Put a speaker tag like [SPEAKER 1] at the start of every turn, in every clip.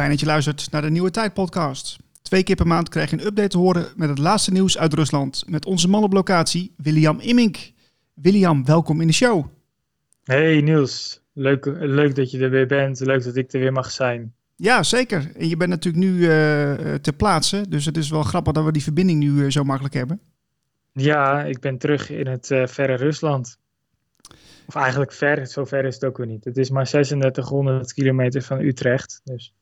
[SPEAKER 1] Fijn dat je luistert naar de Nieuwe Tijd podcast. 2 keer per maand krijg je een update te horen met het laatste nieuws uit Rusland. Met onze man op locatie, William Immink. William, welkom in de show.
[SPEAKER 2] Hey Niels, leuk dat je er weer bent. Leuk dat ik er weer mag zijn.
[SPEAKER 1] Ja, zeker. En je bent natuurlijk nu ter plaatse. Dus het is wel grappig dat we die verbinding nu zo makkelijk hebben.
[SPEAKER 2] Ja, ik ben terug in het verre Rusland. Of eigenlijk ver, zo ver is het ook weer niet. Het is maar 3600 kilometer van Utrecht. Dus.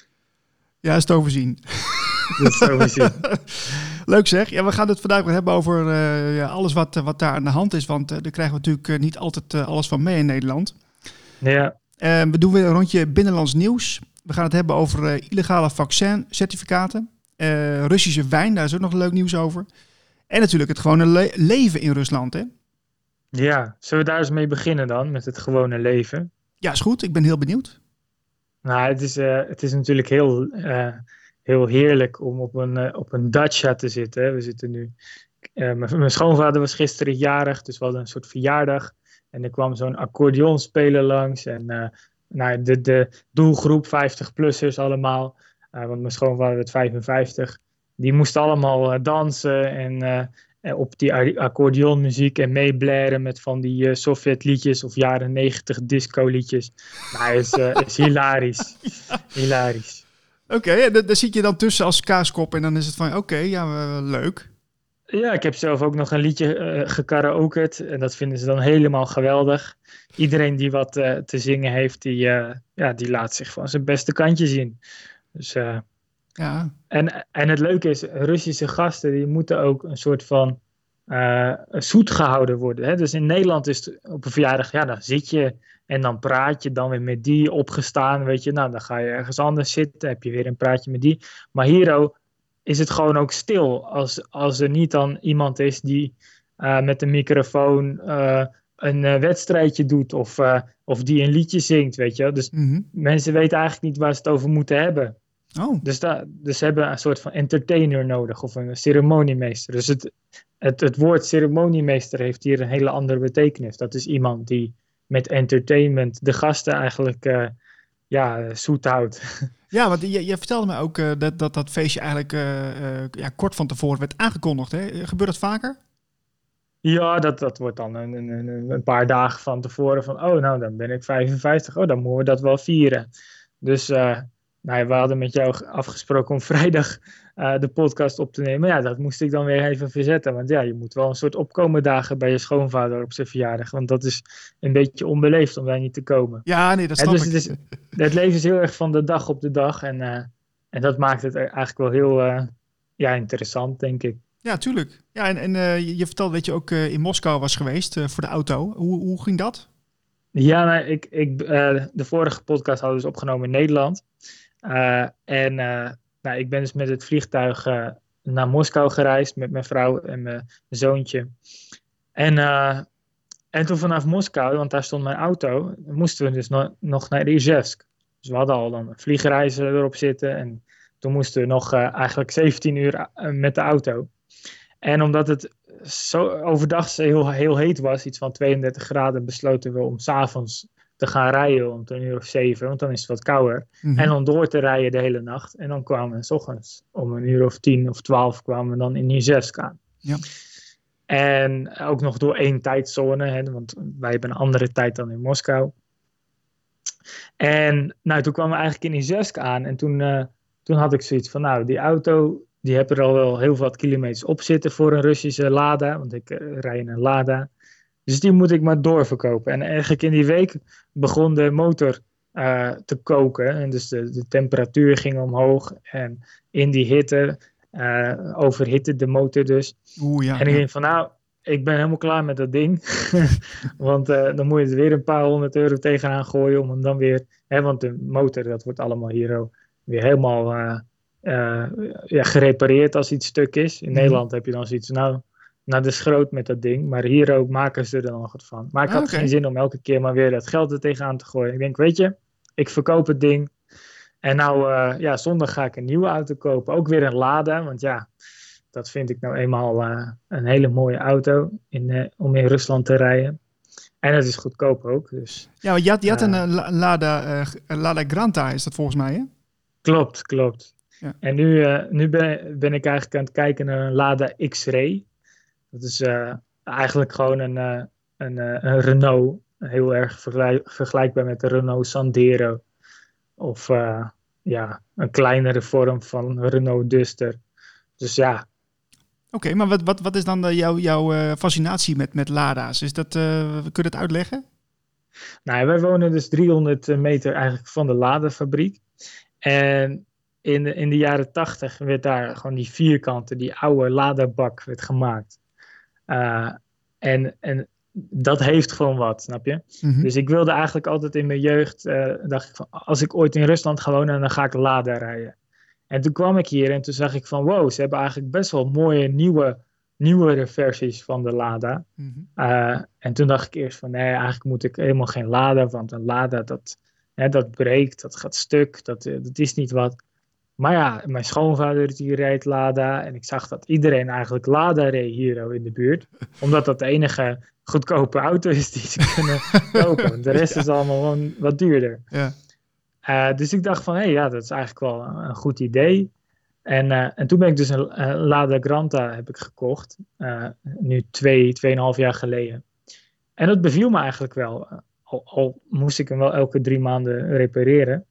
[SPEAKER 1] Ja, is te overzien.
[SPEAKER 2] Dat is te overzien.
[SPEAKER 1] Leuk zeg. Ja, we gaan het vandaag weer hebben over alles wat daar aan de hand is. Want daar krijgen we natuurlijk niet altijd alles van mee in Nederland.
[SPEAKER 2] Ja.
[SPEAKER 1] We doen weer een rondje binnenlands nieuws. We gaan het hebben over illegale vaccincertificaten. Russische wijn, daar is ook nog leuk nieuws over. En natuurlijk het gewone leven in Rusland, hè?
[SPEAKER 2] Ja, zullen we daar eens mee beginnen dan, met het gewone leven?
[SPEAKER 1] Ja, is goed. Ik ben heel benieuwd.
[SPEAKER 2] Nou, het is natuurlijk heel heerlijk om op een dacha te zitten. Hè. We zitten nu... mijn schoonvader was gisteren jarig, dus we hadden een soort verjaardag. En er kwam zo'n accordeonspeler langs. En de doelgroep 50-plussers allemaal. Want mijn schoonvader werd 55. Die moesten allemaal dansen en op die accordeonmuziek en meeblaren met van die Sovjetliedjes of jaren 90 disco-liedjes. Nou, is hilarisch. Hilarisch.
[SPEAKER 1] Oké, daar zit je dan tussen als kaaskop en dan is het van oké, leuk.
[SPEAKER 2] Ja, ik heb zelf ook nog een liedje gekaraoke'd en dat vinden ze dan helemaal geweldig. Iedereen die wat te zingen heeft, die laat zich van zijn beste kantje zien. Dus,
[SPEAKER 1] ja.
[SPEAKER 2] En het leuke is, Russische gasten die moeten ook een soort van zoet gehouden worden. Hè? Dus in Nederland is het op een verjaardag, ja, dan zit je en dan praat je dan weer met die opgestaan, weet je. Nou, dan ga je ergens anders zitten, heb je weer een praatje met die. Maar hier is het gewoon ook stil als er niet dan iemand is die met een microfoon een wedstrijdje doet of die een liedje zingt, weet je. Dus mensen weten eigenlijk niet waar ze het over moeten hebben.
[SPEAKER 1] Oh.
[SPEAKER 2] Dus ze hebben een soort van entertainer nodig of een ceremoniemeester. Dus het woord ceremoniemeester heeft hier een hele andere betekenis. Dat is iemand die met entertainment de gasten eigenlijk zoet houdt.
[SPEAKER 1] Ja, want je vertelde me ook dat feestje eigenlijk kort van tevoren werd aangekondigd. Hè? Gebeurt dat vaker?
[SPEAKER 2] Ja, dat wordt dan een paar dagen van tevoren van... oh, nou, dan ben ik 55. Oh, dan moeten we dat wel vieren. Dus we hadden met jou afgesproken om vrijdag de podcast op te nemen. Ja, dat moest ik dan weer even verzetten. Want ja, je moet wel een soort opkomen dagen bij je schoonvader op zijn verjaardag. Want dat is een beetje onbeleefd om daar niet te komen.
[SPEAKER 1] Ja, nee, dat snap ik.
[SPEAKER 2] Het leven is heel erg van de dag op de dag. En dat maakt het eigenlijk wel heel interessant, denk ik.
[SPEAKER 1] Ja, tuurlijk. Ja, en je vertelde dat je ook in Moskou was geweest voor de auto. Hoe ging dat?
[SPEAKER 2] Ja, de vorige podcast hadden we dus opgenomen in Nederland. Ik ben dus met het vliegtuig naar Moskou gereisd met mijn vrouw en mijn zoontje. En toen vanaf Moskou, want daar stond mijn auto, moesten we dus nog naar Ijevsk. Dus we hadden al dan een vliegreizen erop zitten en toen moesten we nog eigenlijk 17 uur met de auto. En omdat het zo overdag heel, heel heet was, iets van 32 graden, besloten we om 's avonds te gaan rijden om 1 uur of 7, want dan is het wat kouder. Mm-hmm. En dan door te rijden de hele nacht. En dan kwamen we 's ochtends om 1 uur of 10 of 12 kwamen we dan in Ijevsk aan.
[SPEAKER 1] Ja.
[SPEAKER 2] En ook nog door 1 tijdzone, hè, want wij hebben een andere tijd dan in Moskou. En toen kwamen we eigenlijk in Ijevsk aan. En toen had ik zoiets van, die auto, die heb er al wel heel wat kilometers op zitten voor een Russische Lada. Want ik rij in een Lada. Dus die moet ik maar doorverkopen. En eigenlijk in die week begon de motor te koken. En dus de temperatuur ging omhoog. En in die hitte overhitte de motor dus. En ik denk van ik ben helemaal klaar met dat ding. Want dan moet je er weer een paar €100 tegenaan gooien. Om hem dan weer... want de motor, dat wordt allemaal hier weer helemaal gerepareerd als iets stuk is. In Nederland heb je dan zoiets naar de schroot met dat ding. Maar hier ook maken ze er dan nog wat van. Maar ik had geen zin om elke keer maar weer dat geld er tegenaan te gooien. Ik denk, weet je, ik verkoop het ding. En zondag ga ik een nieuwe auto kopen. Ook weer een Lada. Want ja, dat vind ik nou eenmaal een hele mooie auto om in Rusland te rijden. En het is goedkoop ook. Dus,
[SPEAKER 1] ja, je had een Lada Granta, is dat volgens mij, hè?
[SPEAKER 2] Klopt.
[SPEAKER 1] Ja.
[SPEAKER 2] En nu ben ik eigenlijk aan het kijken naar een Lada X-Ray. Dat is eigenlijk gewoon een Renault. Heel erg vergelijkbaar met de Renault Sandero. Of een kleinere vorm van Renault Duster. Dus ja.
[SPEAKER 1] Oké, maar wat is dan jouw fascinatie met Lada's? Kun je dat uitleggen?
[SPEAKER 2] Nou, wij wonen dus 300 meter eigenlijk van de Lada-fabriek. En in de jaren 80 werd daar gewoon die vierkante, die oude Lada-bak werd gemaakt. En dat heeft gewoon wat, snap je?
[SPEAKER 1] Mm-hmm.
[SPEAKER 2] Dus ik wilde eigenlijk altijd in mijn jeugd, dacht ik van, als ik ooit in Rusland ga wonen, dan ga ik Lada rijden. En toen kwam ik hier en toen zag ik van, wow, ze hebben eigenlijk best wel mooie nieuwere versies van de Lada.
[SPEAKER 1] Mm-hmm.
[SPEAKER 2] En toen dacht ik eerst van, nee, eigenlijk moet ik helemaal geen Lada, want een Lada, dat breekt, dat gaat stuk, dat is niet wat. Maar ja, mijn schoonvader die reed Lada en ik zag dat iedereen eigenlijk Lada reed hier in de buurt. Omdat dat de enige goedkope auto is die ze kunnen kopen. De rest is allemaal gewoon wat duurder.
[SPEAKER 1] Ja.
[SPEAKER 2] Dus ik dacht van, dat is eigenlijk wel een goed idee. En toen ben ik dus een Lada Granta heb ik gekocht. Nu 2,5 jaar geleden. En dat beviel me eigenlijk wel. Al moest ik hem wel elke 3 maanden repareren.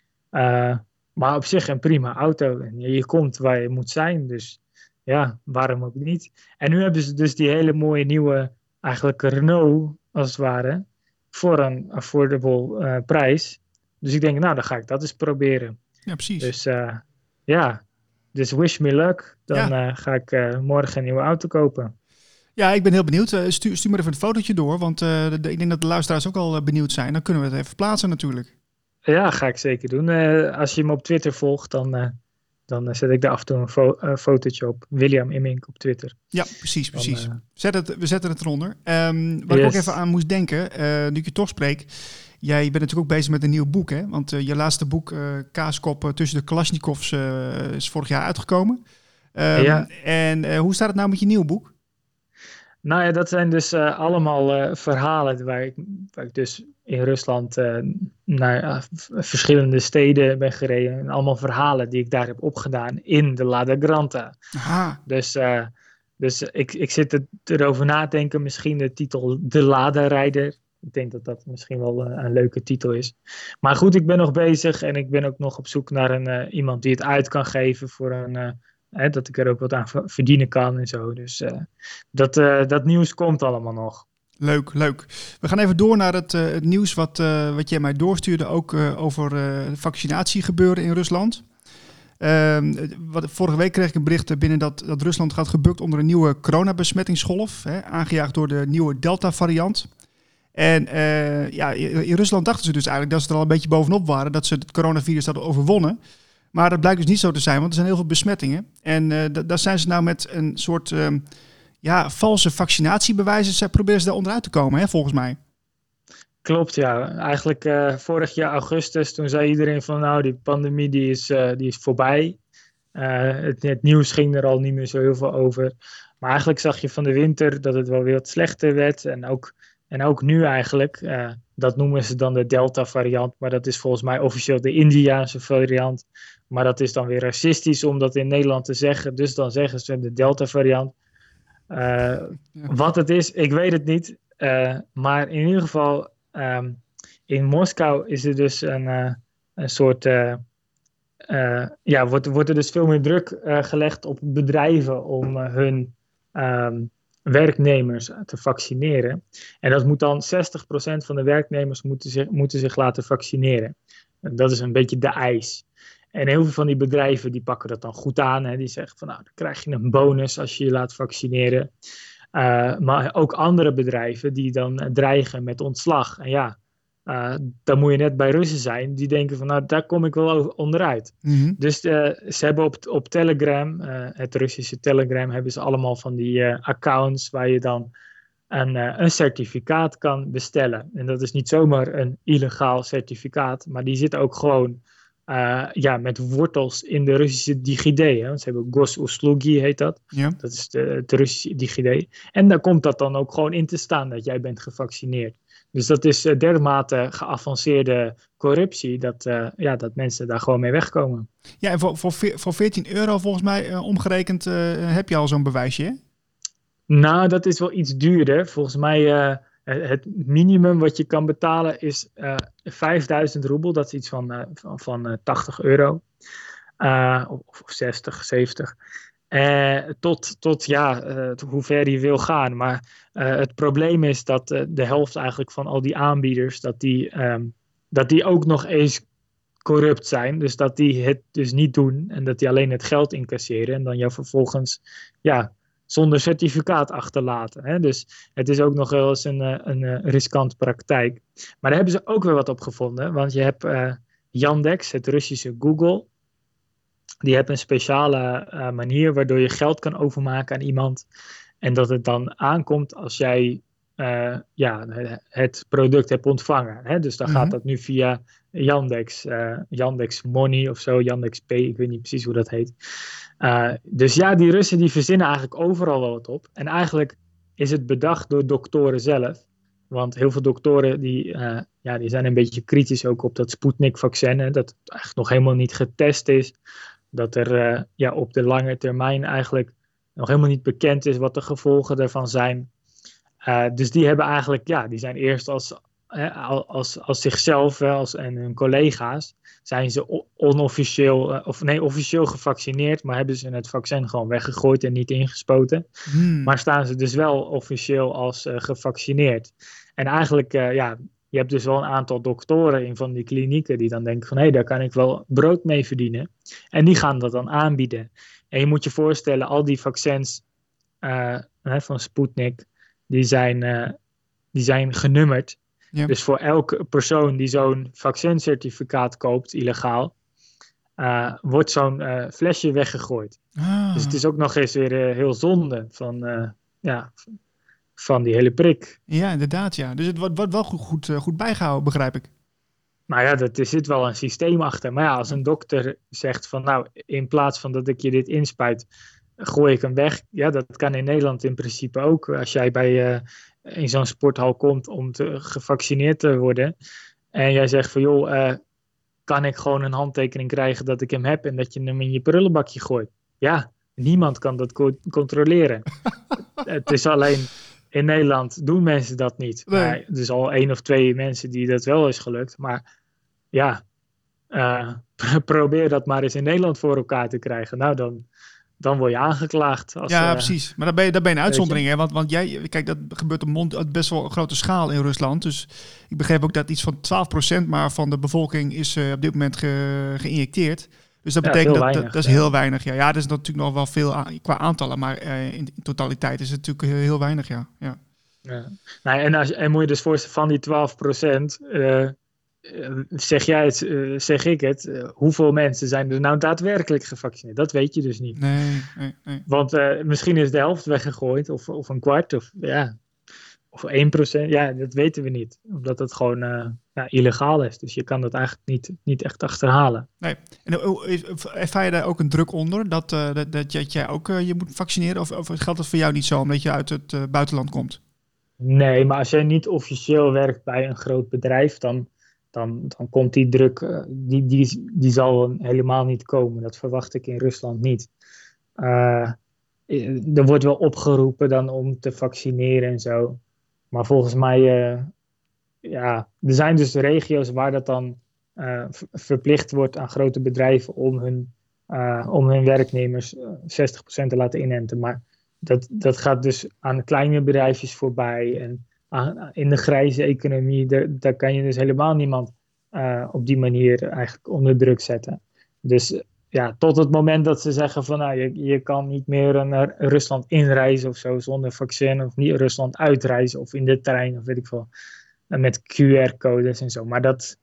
[SPEAKER 2] Maar op zich een prima auto. En je komt waar je moet zijn. Dus ja, waarom ook niet. En nu hebben ze dus die hele mooie nieuwe, eigenlijk Renault als het ware. Voor een affordable prijs. Dus ik denk, nou dan ga ik dat eens proberen.
[SPEAKER 1] Ja, precies.
[SPEAKER 2] Dus dus wish me luck. Dan ga ik morgen een nieuwe auto kopen.
[SPEAKER 1] Ja, ik ben heel benieuwd. Stuur me even een fotootje door. Want ik denk dat de luisteraars ook al benieuwd zijn. Dan kunnen we het even plaatsen natuurlijk.
[SPEAKER 2] Ja, ga ik zeker doen. Als je me op Twitter volgt, dan zet ik daar af en toe een fotootje op. William Immink op Twitter.
[SPEAKER 1] Ja, precies. We zetten het eronder. Waar ik ook even aan moest denken, nu ik je toch spreek. Jij bent natuurlijk ook bezig met een nieuw boek, hè? Want je laatste boek, Kaaskop tussen de Kalashnikovs, is vorig jaar uitgekomen. En hoe staat het nou met je nieuwe boek?
[SPEAKER 2] Nou ja, dat zijn dus allemaal verhalen waar ik dus in Rusland naar verschillende steden ben gereden. En allemaal verhalen die ik daar heb opgedaan in de Lada Granta.
[SPEAKER 1] Aha.
[SPEAKER 2] Dus ik zit erover na te denken, misschien de titel De Lada-rijder. Ik denk dat dat misschien wel een leuke titel is. Maar goed, ik ben nog bezig en ik ben ook nog op zoek naar iemand die het uit kan geven voor dat ik er ook wat aan verdienen kan en zo. Dus dat nieuws komt allemaal nog.
[SPEAKER 1] Leuk. We gaan even door naar het nieuws wat jij mij doorstuurde, ook over vaccinatiegebeuren in Rusland. Vorige week kreeg ik een bericht binnen dat Rusland gaat gebukt onder een nieuwe coronabesmettingsgolf, aangejaagd door de nieuwe Delta-variant. En in Rusland dachten ze dus eigenlijk dat ze er al een beetje bovenop waren, dat ze het coronavirus hadden overwonnen. Maar dat blijkt dus niet zo te zijn, want er zijn heel veel besmettingen. En daar zijn ze nou met een soort valse vaccinatiebewijzen. Ze proberen ze daar onderuit te komen, hè, volgens mij.
[SPEAKER 2] Klopt, ja. Eigenlijk vorig jaar augustus, toen zei iedereen van nou, die pandemie die is voorbij. Het nieuws ging er al niet meer zo heel veel over. Maar eigenlijk zag je van de winter dat het wel weer wat slechter werd. En ook nu eigenlijk, dat noemen ze dan de Delta-variant. Maar dat is volgens mij officieel de Indiase variant. Maar dat is dan weer racistisch om dat in Nederland te zeggen. Dus dan zeggen ze de Delta-variant. Wat het is, ik weet het niet. Maar in ieder geval, in Moskou is er dus een soort... wordt er dus veel meer druk gelegd op bedrijven om hun werknemers te vaccineren. En dat moet dan 60% van de werknemers moeten zich laten vaccineren. En dat is een beetje de eis. En heel veel van die bedrijven die pakken dat dan goed aan. Hè. Die zeggen van nou, dan krijg je een bonus als je je laat vaccineren. Maar ook andere bedrijven die dan dreigen met ontslag. En ja, dan moet je net bij Russen zijn. Die denken van nou, daar kom ik wel onderuit.
[SPEAKER 1] Mm-hmm.
[SPEAKER 2] Dus ze hebben op Telegram, het Russische Telegram, hebben ze allemaal van die accounts waar je dan een certificaat kan bestellen. En dat is niet zomaar een illegaal certificaat, maar die zit ook gewoon met wortels in de Russische DigiD. Hè? Want ze hebben Gosuslugi heet dat.
[SPEAKER 1] Ja.
[SPEAKER 2] Dat is de Russische DigiD. En daar komt dat dan ook gewoon in te staan dat jij bent gevaccineerd. Dus dat is dermate geavanceerde corruptie dat mensen daar gewoon mee wegkomen.
[SPEAKER 1] Ja, en voor 14 euro volgens mij omgerekend heb je al zo'n bewijsje, hè?
[SPEAKER 2] Nou, dat is wel iets duurder. Volgens mij het minimum wat je kan betalen is 5000 roebel. Dat is iets van 80 euro. Of 60, 70. Tot hoe ver je wil gaan. Maar het probleem is dat de helft eigenlijk van al die aanbieders, dat die ook nog eens corrupt zijn. Dus dat die het dus niet doen en dat die alleen het geld incasseren en dan jou vervolgens zonder certificaat achterlaten. Hè? Dus het is ook nog wel eens een riskante praktijk. Maar daar hebben ze ook weer wat op gevonden. Want je hebt Yandex, het Russische Google. Die hebben een speciale manier waardoor je geld kan overmaken aan iemand. En dat het dan aankomt als jij het product hebt ontvangen. Hè? Dus dan gaat dat nu via Yandex. Yandex Money of zo, Yandex Pay. Ik weet niet precies hoe dat heet. Dus ja, die Russen die verzinnen eigenlijk overal wel wat op. En eigenlijk is het bedacht door doktoren zelf. Want heel veel doktoren die zijn een beetje kritisch ook op dat Sputnik-vaccin. Hè, dat het eigenlijk nog helemaal niet getest is. Dat er op de lange termijn eigenlijk nog helemaal niet bekend is wat de gevolgen daarvan zijn. Dus die hebben eigenlijk, die zijn eerst als zichzelf en hun collega's, zijn ze officieel gevaccineerd, maar hebben ze het vaccin gewoon weggegooid en niet ingespoten. Maar staan ze dus wel officieel als gevaccineerd. En eigenlijk, je hebt dus wel een aantal doktoren in van die klinieken die dan denken van, daar kan ik wel brood mee verdienen. En die gaan dat dan aanbieden. En je moet je voorstellen, al die vaccins van Sputnik, die zijn genummerd. Ja. Dus voor elke persoon die zo'n vaccincertificaat koopt, illegaal, wordt zo'n flesje weggegooid. Dus het is ook nog eens weer heel zonde van die hele prik.
[SPEAKER 1] Ja, inderdaad, ja. Dus het wordt wel goed bijgehouden, begrijp ik.
[SPEAKER 2] Nou ja, er zit wel een systeem achter. Maar ja, als een dokter zegt van, nou, in plaats van dat ik je dit inspuit, gooi ik hem weg. Ja, dat kan in Nederland in principe ook. Als jij in zo'n sporthal komt om gevaccineerd te worden en jij zegt van, joh, kan ik gewoon een handtekening krijgen dat ik hem heb en dat je hem in je prullenbakje gooit? Ja, niemand kan dat controleren. Het is alleen, in Nederland doen mensen dat niet. Nee. Maar er is al 1 of 2 mensen die dat wel is gelukt. Maar ja, probeer dat maar eens in Nederland voor elkaar te krijgen. Nou, dan word je aangeklaagd.
[SPEAKER 1] Precies. Maar dan ben je een uitzondering. Hè? Want jij, kijk, dat gebeurt op best wel een grote schaal in Rusland. Dus ik begreep ook dat iets van 12% maar van de bevolking is op dit moment geïnjecteerd. Dus dat betekent dat is heel weinig. Ja, dat is natuurlijk nog wel veel qua aantallen. Maar in totaliteit is het natuurlijk heel weinig, ja.
[SPEAKER 2] Nou, en moet je dus voorstellen van die 12%... zeg ik het, hoeveel mensen zijn er nou daadwerkelijk gevaccineerd? Dat weet je dus niet.
[SPEAKER 1] Nee.
[SPEAKER 2] Want misschien is de helft weggegooid, of een kwart, of 1%. Ja, dat weten we niet. Omdat het gewoon illegaal is. Dus je kan dat eigenlijk niet echt achterhalen.
[SPEAKER 1] Nee. En ervaar je daar ook een druk onder? Dat jij ook je moet vaccineren? Of geldt dat voor jou niet zo, omdat je uit het buitenland komt?
[SPEAKER 2] Nee, maar als jij niet officieel werkt bij een groot bedrijf, dan komt die druk, die zal helemaal niet komen. Dat verwacht ik in Rusland niet. Er wordt wel opgeroepen dan om te vaccineren en zo. Maar volgens mij, er zijn dus regio's waar dat dan verplicht wordt aan grote bedrijven om hun werknemers 60% te laten inenten. Maar dat gaat dus aan kleine bedrijfjes voorbij en in de grijze economie, daar kan je dus helemaal niemand op die manier eigenlijk onder druk zetten. Dus tot het moment dat ze zeggen van je kan niet meer naar Rusland inreizen of zo zonder vaccin, of niet Rusland uitreizen of in de trein of weet ik veel, met QR-codes en zo. Maar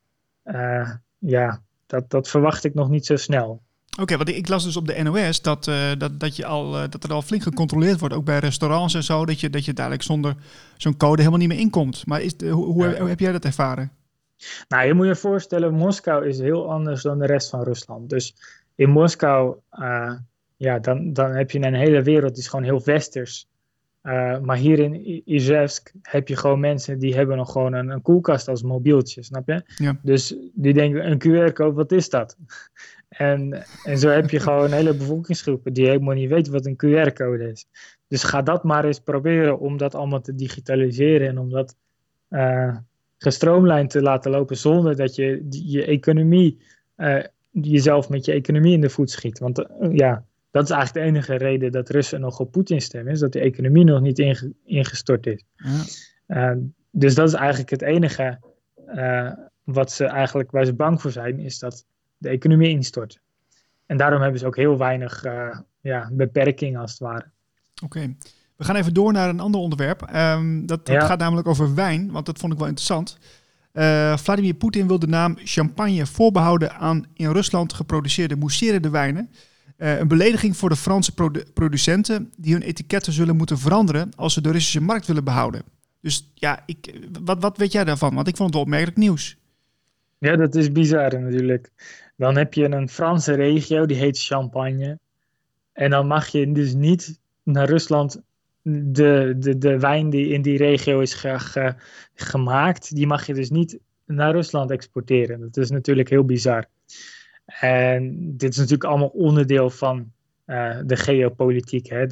[SPEAKER 2] dat verwacht ik nog niet zo snel.
[SPEAKER 1] Oké, want ik las dus op de NOS dat er al flink gecontroleerd wordt, ook bij restaurants en zo, dat je dadelijk zonder zo'n code helemaal niet meer inkomt. Maar hoe heb jij dat ervaren?
[SPEAKER 2] Nou, je moet je voorstellen, Moskou is heel anders dan de rest van Rusland. Dus in Moskou, dan heb je een hele wereld die is gewoon heel westers. Maar hier in Izhevsk heb je gewoon mensen die hebben nog gewoon een koelkast als mobieltje, snap je?
[SPEAKER 1] Ja.
[SPEAKER 2] Dus die denken, een QR-code, wat is dat? En zo heb je gewoon hele bevolkingsgroepen die helemaal niet weten wat een QR-code is. Dus ga dat maar eens proberen om dat allemaal te digitaliseren en om dat gestroomlijnd te laten lopen zonder dat je je economie, jezelf met je economie in de voet schiet. Want dat is eigenlijk de enige reden dat Russen nog op Poetin stemmen, is dat de economie nog niet ingestort is. Ja. Dus dat is eigenlijk het enige waar ze bang voor zijn, is dat de economie instort. En daarom hebben ze ook heel weinig beperkingen als het ware.
[SPEAKER 1] Oké. We gaan even door naar een ander onderwerp. Dat gaat namelijk over wijn, want dat vond ik wel interessant. Vladimir Poetin wil de naam champagne voorbehouden aan in Rusland geproduceerde mousserende wijnen. Een belediging voor de Franse producenten die hun etiketten zullen moeten veranderen als ze de Russische markt willen behouden. Dus ja, wat weet jij daarvan? Want ik vond het wel opmerkelijk nieuws.
[SPEAKER 2] Ja, dat is bizar natuurlijk. Dan heb je een Franse regio, die heet Champagne. En dan mag je dus niet naar Rusland de wijn die in die regio is gemaakt, die mag je dus niet naar Rusland exporteren. Dat is natuurlijk heel bizar. En dit is natuurlijk allemaal onderdeel van de geopolitiek, hè?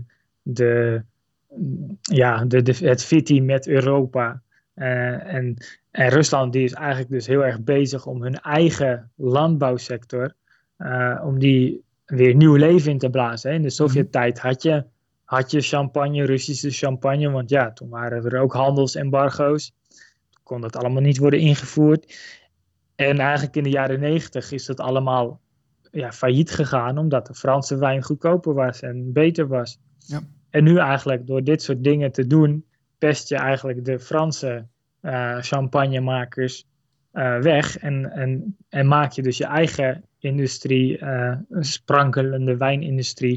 [SPEAKER 2] Het fitty met Europa. En Rusland die is eigenlijk dus heel erg bezig om hun eigen landbouwsector, om die weer nieuw leven in te blazen. Hè? In de Sovjet-tijd had je champagne, Russische champagne, want ja, toen waren er ook handelsembargo's. Toen kon dat allemaal niet worden ingevoerd. En eigenlijk in de jaren 90 is dat allemaal failliet gegaan, omdat de Franse wijn goedkoper was en beter was. Ja. En nu eigenlijk door dit soort dingen te doen, pest je eigenlijk de Franse champagnemakers weg en maak je dus je eigen industrie, een sprankelende wijnindustrie,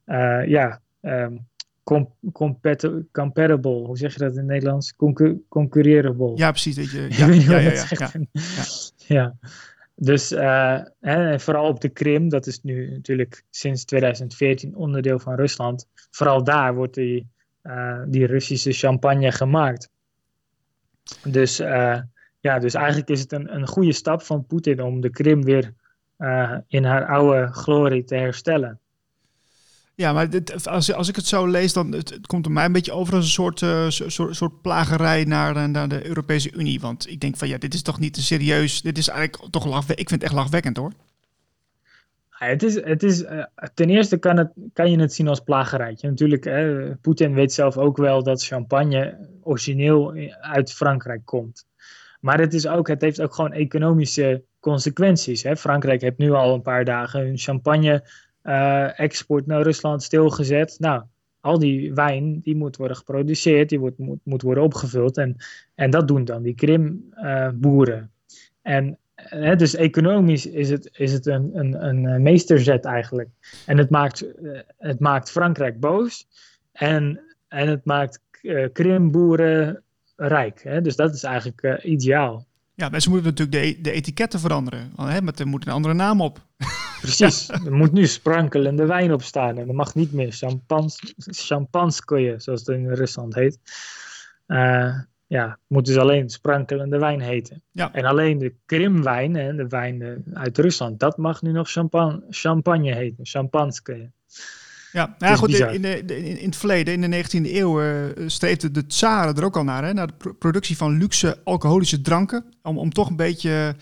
[SPEAKER 2] compatible, hoe zeg je dat in het Nederlands? Concurrerable.
[SPEAKER 1] Ja, precies. Weet je.
[SPEAKER 2] Ja. Dus vooral op de Krim, dat is nu natuurlijk sinds 2014 onderdeel van Rusland. Vooral daar wordt die Russische champagne gemaakt. Dus eigenlijk is het een goede stap van Poetin om de Krim weer in haar oude glorie te herstellen.
[SPEAKER 1] Ja, maar als ik het zo lees, dan het komt er mij een beetje over als een soort plagerij naar de Europese Unie. Want ik denk van dit is toch niet te serieus. Dit is eigenlijk toch ik vind het echt lachwekkend, hoor.
[SPEAKER 2] Het is ten eerste kan je het zien als plagerijtje. Natuurlijk, Poetin weet zelf ook wel dat champagne origineel uit Frankrijk komt. Maar het heeft ook gewoon economische consequenties. Hè? Frankrijk heeft nu al een paar dagen hun champagne export naar Rusland stilgezet. Nou, al die wijn die moet worden geproduceerd, die moet worden opgevuld. En dat doen dan die Krimboeren. Dus economisch is het een meesterzet eigenlijk. En het maakt Frankrijk boos. En het maakt Krimboeren rijk. Hè? Dus dat is eigenlijk ideaal.
[SPEAKER 1] Ja, maar ze moeten natuurlijk de etiketten veranderen. Want er moet een andere naam op.
[SPEAKER 2] Precies, er moet nu sprankelende wijn op staan. En er mag niet meer champanskoje, zoals het in Rusland heet. Moet dus alleen sprankelende wijn heten. Ja. En alleen de Krimwijn, de wijn uit Rusland, dat mag nu nog champagne heten, champanskoje.
[SPEAKER 1] Ja, goed, in het verleden, in de 19e eeuw, streefden de tsaren er ook al naar. Hè, naar de productie van luxe alcoholische dranken. Om toch een beetje...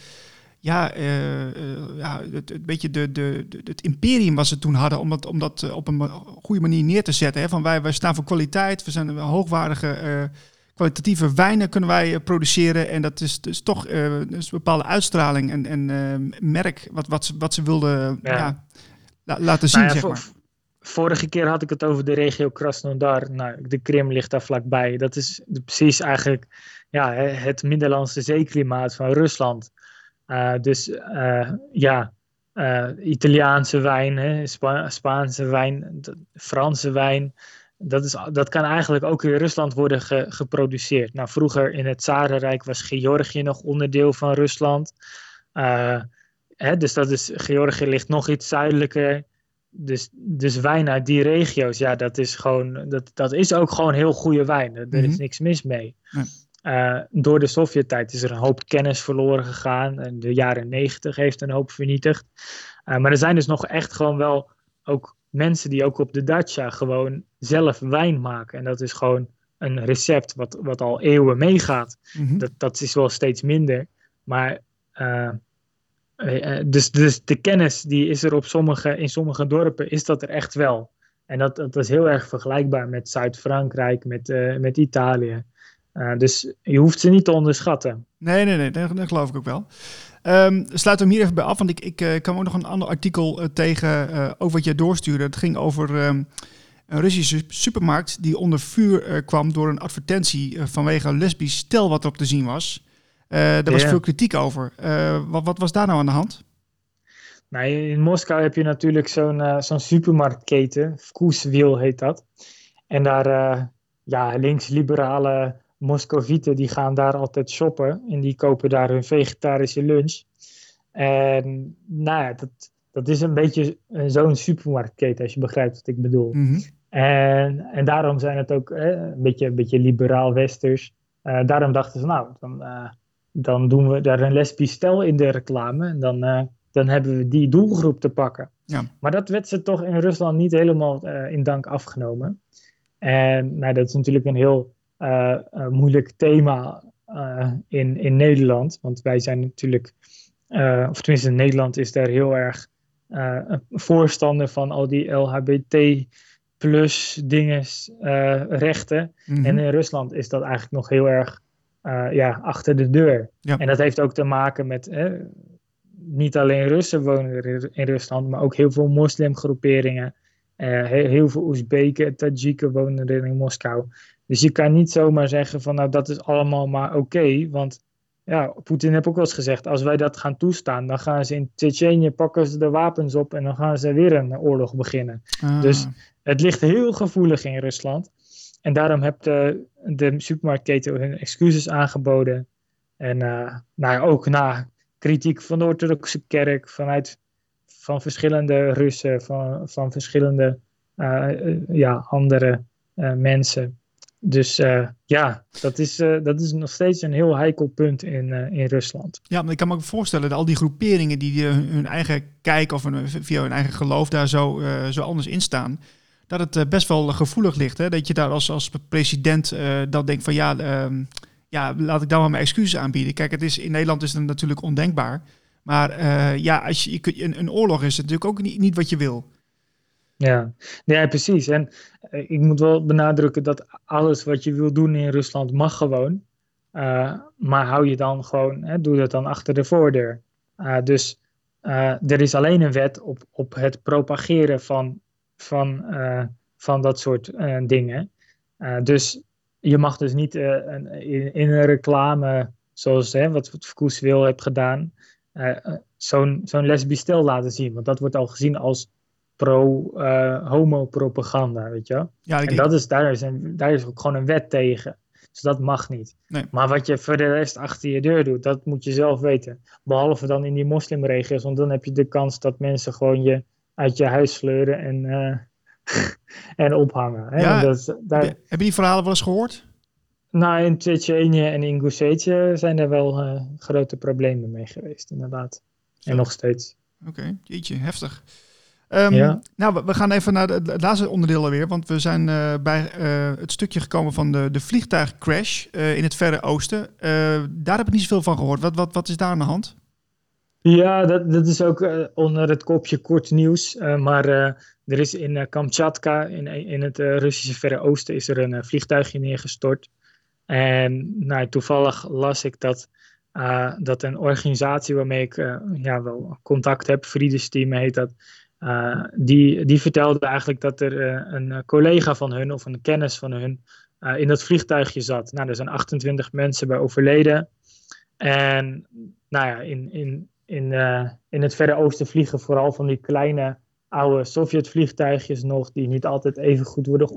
[SPEAKER 1] het imperium wat ze toen hadden, om dat op een goede manier neer te zetten. Hè? Van wij staan voor kwaliteit, we zijn hoogwaardige, kwalitatieve wijnen kunnen wij produceren. En dat is dus toch een bepaalde uitstraling en merk wat ze wilden laten zien, zeg maar.
[SPEAKER 2] Vorige keer had ik het over de regio Krasnodar. Nou, de Krim ligt daar vlakbij. Dat is precies eigenlijk het Middellandse zeeklimaat van Rusland. Italiaanse wijn, Spaanse wijn, Franse wijn. Dat kan eigenlijk ook in Rusland worden geproduceerd. Nou, vroeger in het Tsarenrijk was Georgië nog onderdeel van Rusland. Dus Georgië ligt nog iets zuidelijker. dus wijn uit die regio's, ja, dat is gewoon, dat is ook gewoon heel goede wijn. Er is niks mis mee. Door de Sovjet-tijd is er een hoop kennis verloren gegaan. En de jaren 90 heeft een hoop vernietigd. Maar er zijn dus nog echt gewoon wel ook mensen die ook op de dacha gewoon zelf wijn maken. En dat is gewoon een recept wat al eeuwen meegaat. Dat is wel steeds minder. Maar dus de kennis die is er in sommige dorpen is dat er echt wel. En dat is heel erg vergelijkbaar met Zuid-Frankrijk, met Italië. Dus je hoeft ze niet te onderschatten.
[SPEAKER 1] Nee, dat geloof ik ook wel. Sluit hem hier even bij af, want ik kwam ook nog een ander artikel tegen, ook wat jij doorstuurde. Het ging over een Russische supermarkt die onder vuur kwam door een advertentie vanwege een lesbisch stel wat erop te zien was. Daar was veel kritiek over. Wat was daar nou aan de hand?
[SPEAKER 2] Nou, in Moskou heb je natuurlijk zo'n supermarktketen, Vkusvil heet dat. En daar, links-liberale Moscovieten die gaan daar altijd shoppen en die kopen daar hun vegetarische lunch. En nou ja, dat is een beetje zo'n supermarktketen, als je begrijpt wat ik bedoel. En daarom zijn het ook een beetje liberaal-westers. Daarom dachten ze, nou, dan doen we daar een lesbisch stel in de reclame en dan hebben we die doelgroep te pakken. Ja. Maar dat werd ze toch in Rusland niet helemaal in dank afgenomen. En nou, dat is natuurlijk een heel moeilijk thema in Nederland. Want wij zijn natuurlijk, of tenminste Nederland is daar heel erg voorstander van al die LHBT plus dinges, rechten. En in Rusland is dat eigenlijk nog heel erg achter de deur. Ja. En dat heeft ook te maken met niet alleen Russen wonen in Rusland, maar ook heel veel moslimgroeperingen. Heel veel Oezbeken, Tajiken wonen er in Moskou. Dus je kan niet zomaar zeggen van nou dat is allemaal maar oké. Want ja, Poetin heeft ook wel eens gezegd, als wij dat gaan toestaan, dan gaan ze in Tsjetsjenië, pakken ze de wapens op en dan gaan ze weer een oorlog beginnen. Dus het ligt heel gevoelig in Rusland. En daarom heeft de supermarktketen hun excuses aangeboden. En ook na kritiek van de orthodoxe kerk, van verschillende Russen, van verschillende andere mensen. Dus dat is nog steeds een heel heikel punt in Rusland.
[SPEAKER 1] Ja, maar ik kan me ook voorstellen dat al die groeperingen die hun eigen kijk of via hun eigen geloof daar zo anders in staan, dat het best wel gevoelig ligt. Hè? Dat je daar als president dan denkt van laat ik daar maar mijn excuses aanbieden. Kijk, in Nederland is het natuurlijk ondenkbaar. Maar als een oorlog is het natuurlijk ook niet wat je wil.
[SPEAKER 2] Ja, precies. En ik moet wel benadrukken dat alles wat je wil doen in Rusland mag gewoon. Maar hou je dan gewoon, doe dat dan achter de voordeur. Dus er is alleen een wet op het propageren van dat soort dingen. Dus je mag dus niet in een reclame, zoals wat Vkusvil heeft gedaan, zo'n lesbisch stel laten zien. Want dat wordt al gezien als pro-homo-propaganda, weet je wel. Ja, en daar is ook gewoon een wet tegen. Dus dat mag niet. Nee. Maar wat je voor de rest achter je deur doet, dat moet je zelf weten. Behalve dan in die moslimregio's, want dan heb je de kans dat mensen gewoon je uit je huis sleuren en ophangen. Hè?
[SPEAKER 1] Ja, heb je die verhalen wel eens gehoord?
[SPEAKER 2] Nou, in Tsjetsjenië en Ingusetië zijn er wel grote problemen mee geweest, inderdaad. Zo. En nog steeds.
[SPEAKER 1] Oké, jeetje, heftig. Nou, we gaan even naar het laatste onderdeel alweer, want we zijn bij het stukje gekomen van de vliegtuigcrash in het Verre Oosten. Daar heb ik niet zoveel van gehoord. Wat is daar aan de hand?
[SPEAKER 2] Ja, dat is ook onder het kopje kort nieuws. Maar er is in Kamchatka, in het Russische Verre Oosten, is er een vliegtuigje neergestort. En toevallig las ik dat een organisatie waarmee ik wel contact heb, Friedesteam heet dat, die vertelde eigenlijk dat er een collega van hun of een kennis van hun in dat vliegtuigje zat. Nou, er zijn 28 mensen bij overleden. En in het Verre Oosten vliegen vooral van die kleine oude Sovjet-vliegtuigjes nog, die niet altijd even goed worden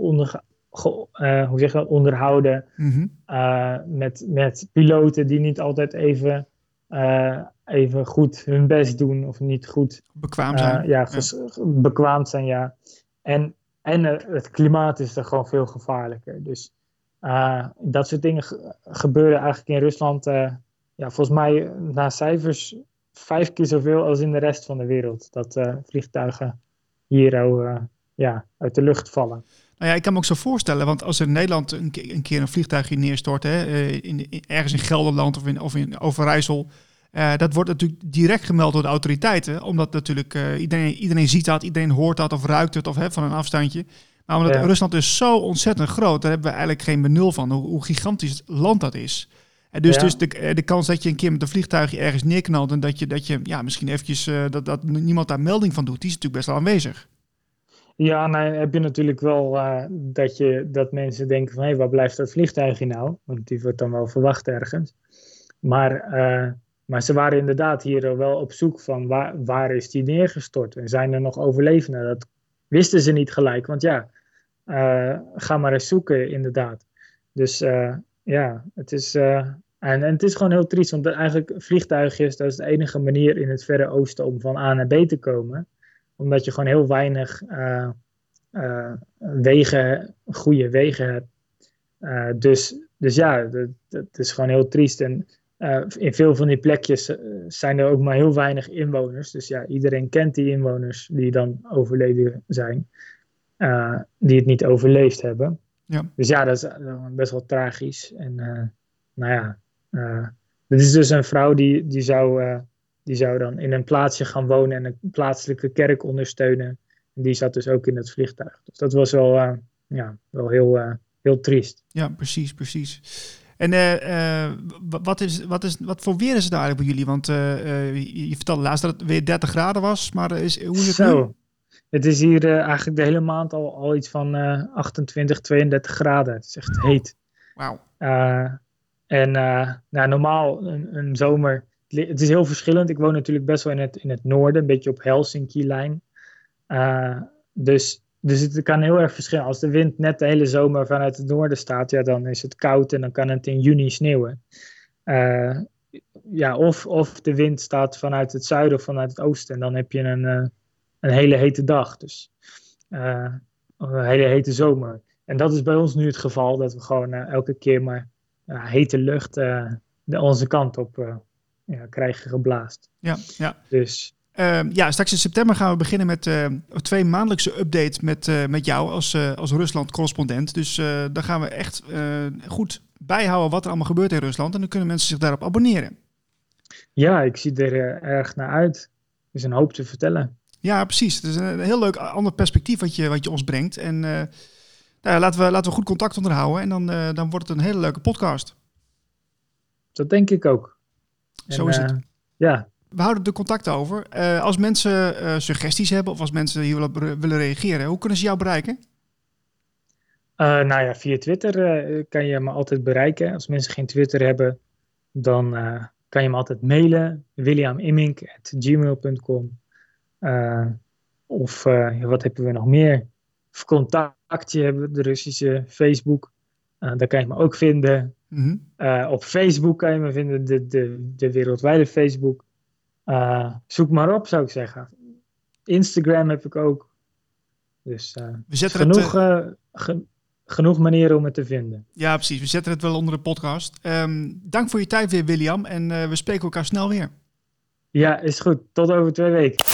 [SPEAKER 2] onderhouden. Mm-hmm. Met piloten die niet altijd even even goed hun best doen of niet goed.
[SPEAKER 1] Bekwaam zijn.
[SPEAKER 2] Bekwaamd zijn, ja. En het klimaat is er gewoon veel gevaarlijker. Dus dat soort dingen gebeuren eigenlijk in Rusland, volgens mij naar cijfers 5 keer zoveel als in de rest van de wereld. Dat vliegtuigen hier uit de lucht vallen.
[SPEAKER 1] Nou ja, ik kan me ook zo voorstellen, want als er in Nederland een keer een vliegtuigje neerstort, ergens in Gelderland of in Overijssel, dat wordt natuurlijk direct gemeld door de autoriteiten, omdat natuurlijk iedereen ziet dat, iedereen hoort dat of ruikt het of van een afstandje. Maar omdat Rusland dus zo ontzettend groot, daar hebben we eigenlijk geen benul van hoe gigantisch het land dat is. En dus de kans dat je een keer met een vliegtuigje ergens neerknalt en dat je misschien eventjes dat niemand daar melding van doet, die is natuurlijk best wel aanwezig.
[SPEAKER 2] Ja, nou heb je natuurlijk wel dat mensen denken van, waar blijft dat vliegtuigje nou? Want die wordt dan wel verwacht ergens. Maar ze waren inderdaad hier wel op zoek van waar is die neergestort? En zijn er nog overlevenden? Dat wisten ze niet gelijk, want ga maar eens zoeken inderdaad. Dus het is... En het is gewoon heel triest, want eigenlijk vliegtuigjes, dat is de enige manier in het Verre Oosten om van A naar B te komen. Omdat je gewoon heel weinig goede wegen hebt. Dus dat is gewoon heel triest. En in veel van die plekjes zijn er ook maar heel weinig inwoners. Dus iedereen kent die inwoners die dan overleden zijn. Die het niet overleefd hebben. Ja. Dus dat is best wel tragisch. En dit is dus een vrouw die zou dan in een plaatsje gaan wonen en een plaatselijke kerk ondersteunen. En die zat dus ook in het vliegtuig. Dus dat was wel heel triest.
[SPEAKER 1] Ja, precies. En wat voor weer is het nou eigenlijk bij jullie? Want je vertelde laatst dat het weer 30 graden was, maar hoe is het nu?
[SPEAKER 2] Het is hier eigenlijk de hele maand al iets van 28, 32 graden. Het is echt heet.
[SPEAKER 1] Wauw.
[SPEAKER 2] Normaal een zomer... Het is heel verschillend. Ik woon natuurlijk best wel in het noorden, een beetje op Helsinki-lijn. Dus het kan heel erg verschillen. Als de wind net de hele zomer vanuit het noorden staat, dan is het koud en dan kan het in juni sneeuwen. Of de wind staat vanuit het zuiden of vanuit het oosten en dan heb je een hele hete dag. Dus een hele hete zomer. En dat is bij ons nu het geval, dat we gewoon elke keer maar hete lucht onze kant op krijgen geblaast.
[SPEAKER 1] Ja.
[SPEAKER 2] Dus...
[SPEAKER 1] straks in september gaan we beginnen met 2 maandelijkse updates met jou als Rusland-correspondent. Dus dan gaan we echt goed bijhouden wat er allemaal gebeurt in Rusland. En dan kunnen mensen zich daarop abonneren. Ja, ik zie er erg naar uit. Er is een hoop te vertellen. Ja, precies. Het is een heel leuk ander perspectief wat je ons brengt. En laten we goed contact onderhouden. En dan wordt het een hele leuke podcast. Dat denk ik ook. Zo is het. Ja. We houden de contact over. Als mensen suggesties hebben of als mensen hier willen reageren, hoe kunnen ze jou bereiken? Via Twitter kan je me altijd bereiken. Als mensen geen Twitter hebben, dan kan je me altijd mailen. williamimmink@gmail.com wat hebben we nog meer? Of contactje hebben we, de Russische Facebook. Daar kan je me ook vinden. Mm-hmm. Op Facebook kan je me vinden, de wereldwijde Facebook. Zoek maar op, zou ik zeggen. Instagram heb ik ook. Dus genoeg manieren om het te vinden. Ja, precies. We zetten het wel onder de podcast. Dank voor je tijd weer, William. En we spreken elkaar snel weer. Ja, is goed. Tot over 2 weken.